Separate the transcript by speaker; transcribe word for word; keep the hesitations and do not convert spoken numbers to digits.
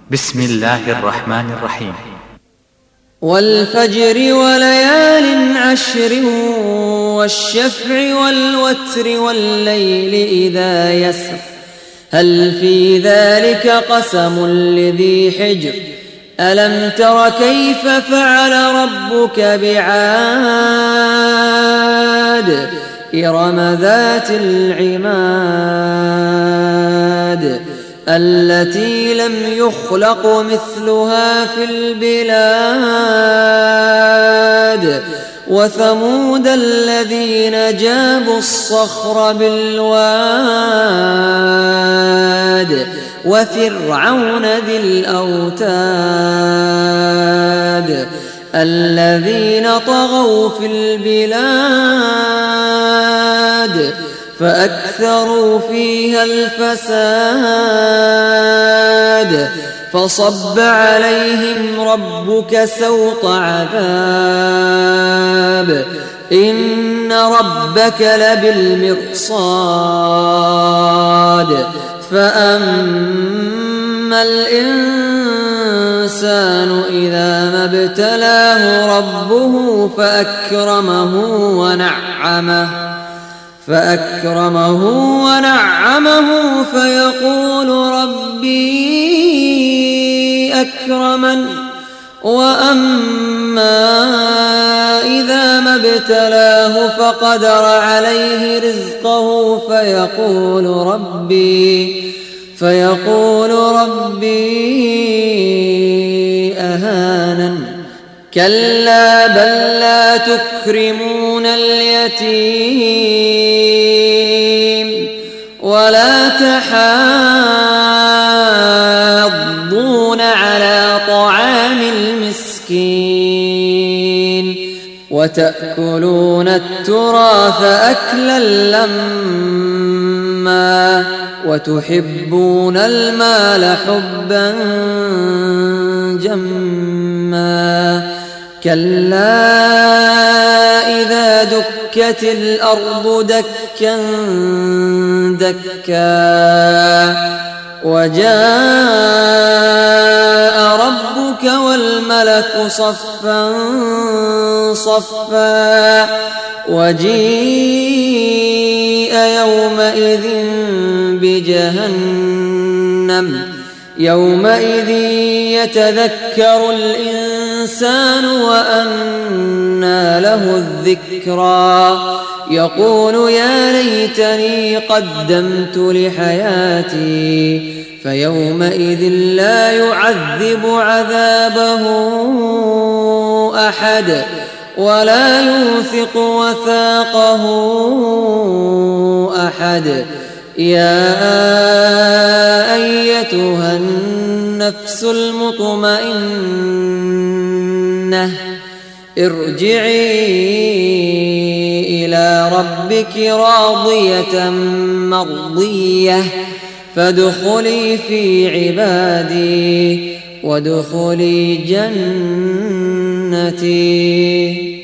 Speaker 1: بسم الله الرحمن الرحيم.
Speaker 2: والفجر وليال عشر والشفع والوتر والليل إذا يسر هل في ذلك قسم لذي حجر ألم تر كيف فعل ربك بعاد إرم ذات العماد التي لم يخلق مثلها في البلاد وثمود الذين جابوا الصخر بالواد وفرعون ذي الأوتاد الذين طغوا في البلاد فأكثروا فيها الفساد فصب عليهم ربك سوط عذاب إن ربك لبالمرصاد فأما الإنسان إذا ما ابتلاه ربه فأكرمه ونعمه فأكرمه ونعمه فيقول ربي أكرمن وأما إذا ما ابتلاه فقدر عليه رزقه فيقول ربي فيقول ربي أهانن كلا بل لا تكرمون اليتيم ولا تحاضون على طعام المسكين وتأكلون التراث أكلا لما وتحبون المال حبا جما كلا إذا دكت الأرض دكا دكا وجاء ربك والملك صفا صفا وجيء يومئذ بجهنم يومئذ يتذكر الإنسان وأنى له الذكرى يقول يا ليتني قدمت لحياتي فيومئذ لا يعذب عذابه أحد ولا يوثق وثاقه أحد يا أيتها النفس المطمئنة ارجعي إلى ربك راضية مرضية فادخلي في عبادي وادخلي جنتي.